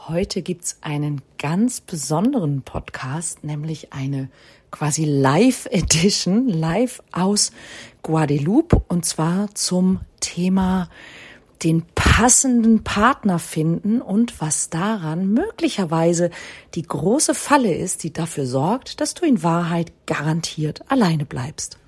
Heute gibt's einen ganz besonderen Podcast, nämlich eine quasi Live-Edition, live aus Guadeloupe, und zwar zum Thema den passenden Partner finden und was daran möglicherweise die große Falle ist, die dafür sorgt, dass du in Wahrheit garantiert alleine bleibst.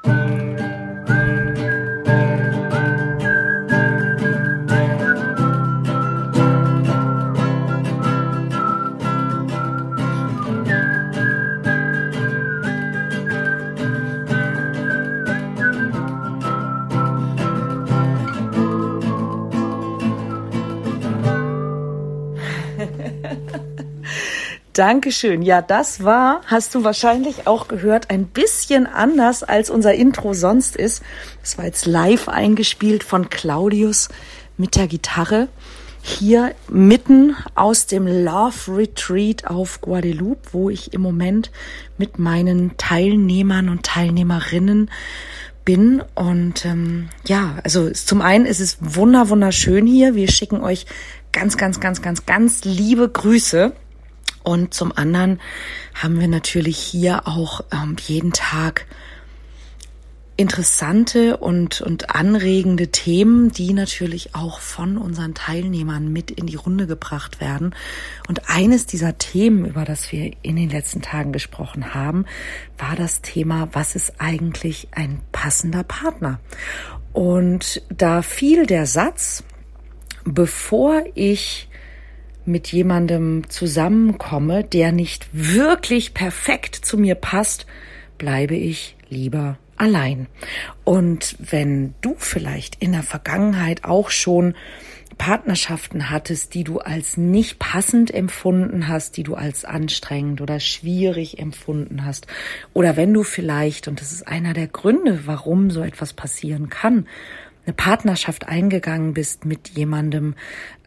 Dankeschön. Ja, das war, hast du wahrscheinlich auch gehört, ein bisschen anders als unser Intro sonst ist. Das war jetzt live eingespielt von Claudius mit der Gitarre. Hier mitten aus dem Love Retreat auf Guadeloupe, wo ich im Moment mit meinen Teilnehmern und Teilnehmerinnen bin. Und also zum einen ist es wunderschön hier. Wir schicken euch ganz liebe Grüße. Und zum anderen haben wir natürlich hier auch jeden Tag interessante und anregende Themen, die natürlich auch von unseren Teilnehmern mit in die Runde gebracht werden. Und eines dieser Themen, über das wir in den letzten Tagen gesprochen haben, war das Thema, was ist eigentlich ein passender Partner? Und da fiel der Satz, bevor ich mit jemandem zusammenkomme, der nicht wirklich perfekt zu mir passt, bleibe ich lieber allein. Und wenn du vielleicht in der Vergangenheit auch schon Partnerschaften hattest, die du als nicht passend empfunden hast, die du als anstrengend oder schwierig empfunden hast, oder wenn du vielleicht, und das ist einer der Gründe, warum so etwas passieren kann, eine Partnerschaft eingegangen bist mit jemandem,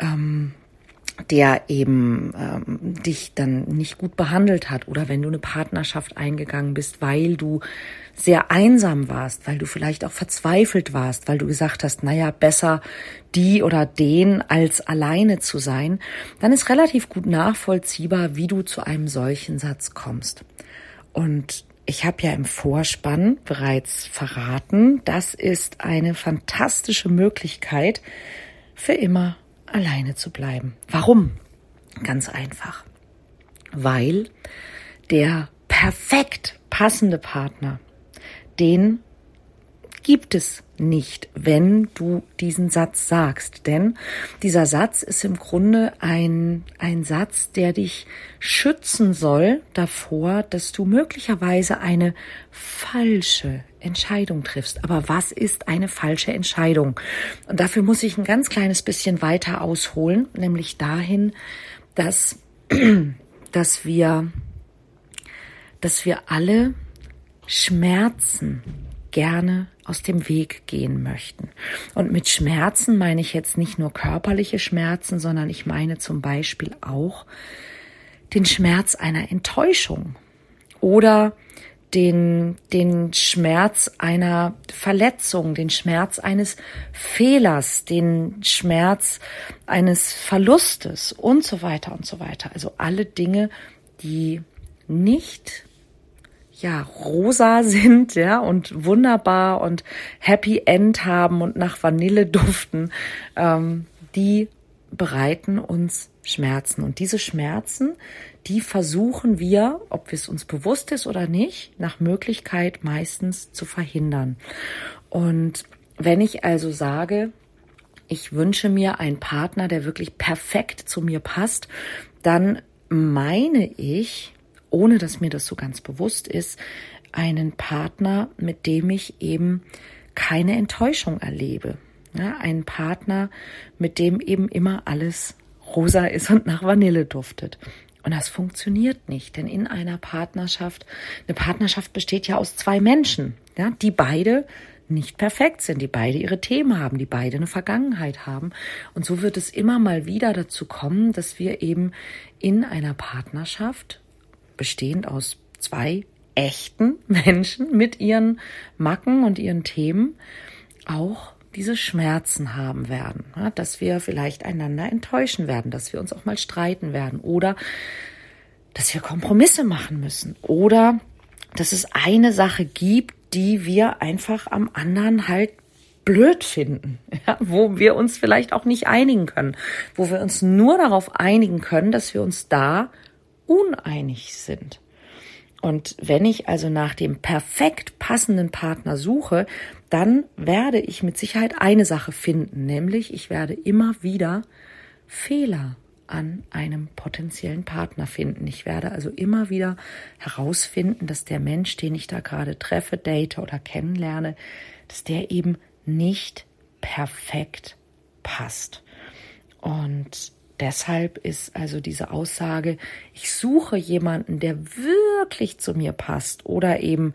der eben dich dann nicht gut behandelt hat, oder wenn du eine Partnerschaft eingegangen bist, weil du sehr einsam warst, weil du vielleicht auch verzweifelt warst, weil du gesagt hast, besser die oder den als alleine zu sein, dann ist relativ gut nachvollziehbar, wie du zu einem solchen Satz kommst. Und ich habe ja im Vorspann bereits verraten, das ist eine fantastische Möglichkeit, für immer alleine zu bleiben. Warum? Ganz einfach. Weil der perfekt passende Partner, den gibt es nicht, wenn du diesen Satz sagst. Denn dieser Satz ist im Grunde ein Satz, der dich schützen soll davor, dass du möglicherweise eine falsche Entscheidung triffst. Aber was ist eine falsche Entscheidung? Und dafür muss ich ein ganz kleines bisschen weiter ausholen, nämlich dahin, dass wir alle Schmerzen gerne aus dem Weg gehen möchten. Und mit Schmerzen meine ich jetzt nicht nur körperliche Schmerzen, sondern ich meine zum Beispiel auch den Schmerz einer Enttäuschung oder den Schmerz einer Verletzung, den Schmerz eines Fehlers, den Schmerz eines Verlustes und so weiter und so weiter. Also alle Dinge, die nicht rosa sind, und wunderbar und Happy End haben und nach Vanille duften, die bereiten uns Schmerzen. Und diese Schmerzen, die versuchen wir, ob es uns bewusst ist oder nicht, nach Möglichkeit meistens zu verhindern. Und wenn ich also sage, ich wünsche mir einen Partner, der wirklich perfekt zu mir passt, dann meine ich, ohne dass mir das so ganz bewusst ist, einen Partner, mit dem ich eben keine Enttäuschung erlebe. Ja, einen Partner, mit dem eben immer alles rosa ist und nach Vanille duftet. Und das funktioniert nicht, denn in einer Partnerschaft, eine Partnerschaft besteht ja aus zwei Menschen, die beide nicht perfekt sind, die beide ihre Themen haben, die beide eine Vergangenheit haben. Und so wird es immer mal wieder dazu kommen, dass wir eben in einer Partnerschaft, bestehend aus zwei echten Menschen mit ihren Macken und ihren Themen, auch diese Schmerzen haben werden, ja, dass wir vielleicht einander enttäuschen werden, dass wir uns auch mal streiten werden oder dass wir Kompromisse machen müssen oder dass es eine Sache gibt, die wir einfach am anderen halt blöd finden, ja, wo wir uns vielleicht auch nicht einigen können, wo wir uns nur darauf einigen können, dass wir uns da uneinig sind. Und wenn ich also nach dem perfekt passenden Partner suche, dann werde ich mit Sicherheit eine Sache finden, nämlich ich werde immer wieder Fehler an einem potenziellen Partner finden. Ich werde also immer wieder herausfinden, dass der Mensch, den ich da gerade treffe, date oder kennenlerne, dass der eben nicht perfekt passt. Und deshalb ist also diese Aussage, ich suche jemanden, der wirklich zu mir passt oder eben,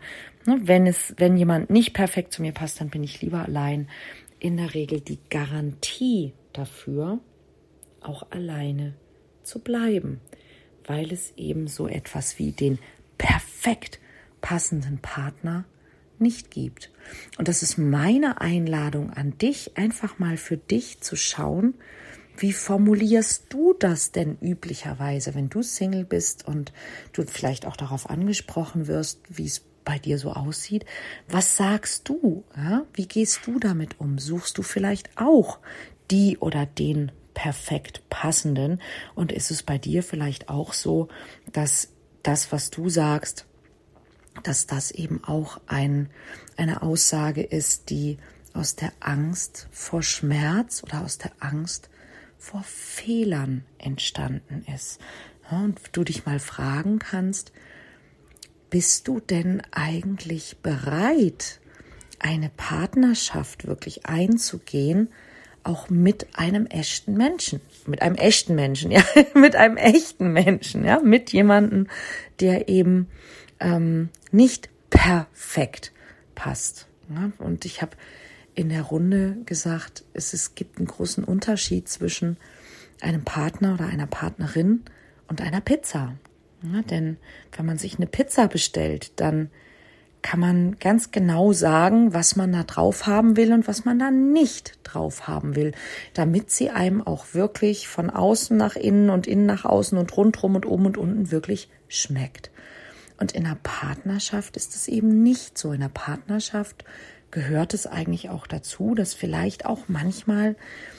wenn jemand nicht perfekt zu mir passt, dann bin ich lieber allein, in der Regel die Garantie dafür, auch alleine zu bleiben, weil es eben so etwas wie den perfekt passenden Partner nicht gibt. Und das ist meine Einladung an dich, einfach mal für dich zu schauen, wie formulierst du das denn üblicherweise, wenn du Single bist und du vielleicht auch darauf angesprochen wirst, wie es bei dir so aussieht? Was sagst du? Ja? Wie gehst du damit um? Suchst du vielleicht auch die oder den perfekt passenden? Und ist es bei dir vielleicht auch so, dass das, was du sagst, dass das eben auch eine Aussage ist, die aus der Angst vor Schmerz oder aus der Angst vor Fehlern entstanden ist. Ja, und du dich mal fragen kannst, bist du denn eigentlich bereit, eine Partnerschaft wirklich einzugehen, auch mit einem echten Menschen, mit einem echten Menschen, mit jemandem, der eben nicht perfekt passt. Ja? Und ich habe in der Runde gesagt, es gibt einen großen Unterschied zwischen einem Partner oder einer Partnerin und einer Pizza. Ja, denn wenn man sich eine Pizza bestellt, dann kann man ganz genau sagen, was man da drauf haben will und was man da nicht drauf haben will, damit sie einem auch wirklich von außen nach innen und innen nach außen und rundherum und oben und unten wirklich schmeckt. Und in einer Partnerschaft ist es eben nicht so. In einer Partnerschaft gehört es eigentlich auch dazu, dass vielleicht auch manchmal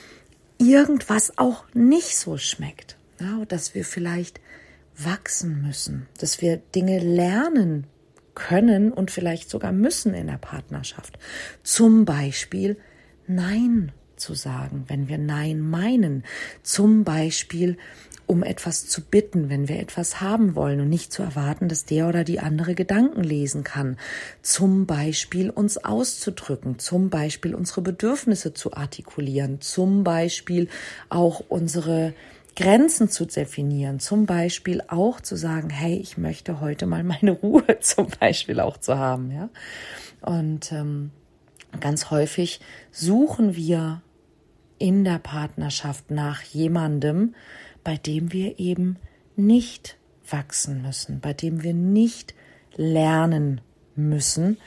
irgendwas auch nicht so schmeckt. Ja, dass wir vielleicht wachsen müssen, dass wir Dinge lernen können und vielleicht sogar müssen in der Partnerschaft. Zum Beispiel Nein zu sagen, wenn wir Nein meinen. Zum Beispiel um etwas zu bitten, wenn wir etwas haben wollen und nicht zu erwarten, dass der oder die andere Gedanken lesen kann. Zum Beispiel uns auszudrücken, zum Beispiel unsere Bedürfnisse zu artikulieren, zum Beispiel auch unsere Grenzen zu definieren, zum Beispiel auch zu sagen, hey, ich möchte heute mal meine Ruhe zum Beispiel auch zu haben. Ja? Und ganz häufig suchen wir in der Partnerschaft nach jemandem, bei dem wir eben nicht wachsen müssen, bei dem wir nicht lernen müssen.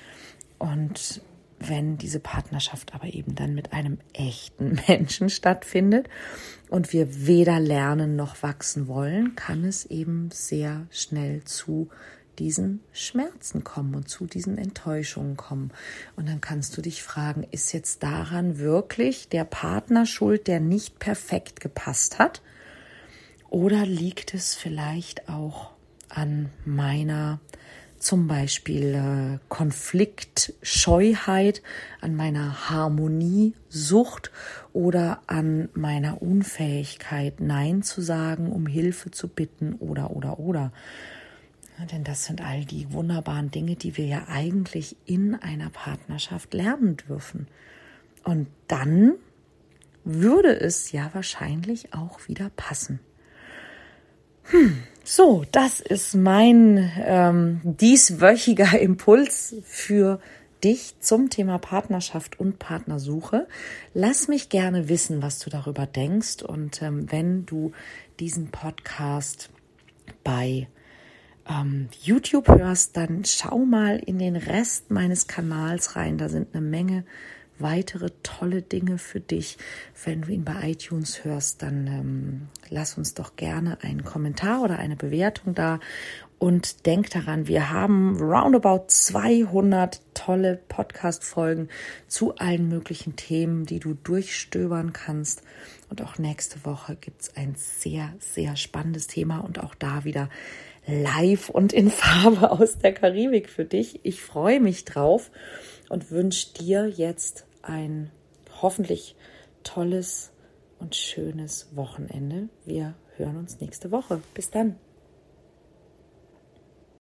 Und wenn diese Partnerschaft aber eben dann mit einem echten Menschen stattfindet und wir weder lernen noch wachsen wollen, kann es eben sehr schnell zu diesen Schmerzen kommen und zu diesen Enttäuschungen kommen. Und dann kannst du dich fragen, ist jetzt daran wirklich der Partner schuld, der nicht perfekt gepasst hat? Oder liegt es vielleicht auch an meiner zum Beispiel Konfliktscheuheit, an meiner Harmoniesucht oder an meiner Unfähigkeit, Nein zu sagen, um Hilfe zu bitten oder. Ja, denn das sind all die wunderbaren Dinge, die wir ja eigentlich in einer Partnerschaft lernen dürfen. Und dann würde es ja wahrscheinlich auch wieder passen. So, das ist mein dieswöchiger Impuls für dich zum Thema Partnerschaft und Partnersuche. Lass mich gerne wissen, was du darüber denkst. Und wenn du diesen Podcast bei YouTube hörst, dann schau mal in den Rest meines Kanals rein. Da sind eine Menge weitere tolle Dinge für dich. Wenn du ihn bei iTunes hörst, dann lass uns doch gerne einen Kommentar oder eine Bewertung da. Und denk daran, wir haben roundabout 200 tolle Podcast-Folgen zu allen möglichen Themen, die du durchstöbern kannst. Und auch nächste Woche gibt's ein sehr, sehr spannendes Thema und auch da wieder live und in Farbe aus der Karibik für dich. Ich freue mich drauf und wünsche dir jetzt ein hoffentlich tolles und schönes Wochenende. Wir hören uns nächste Woche. Bis dann.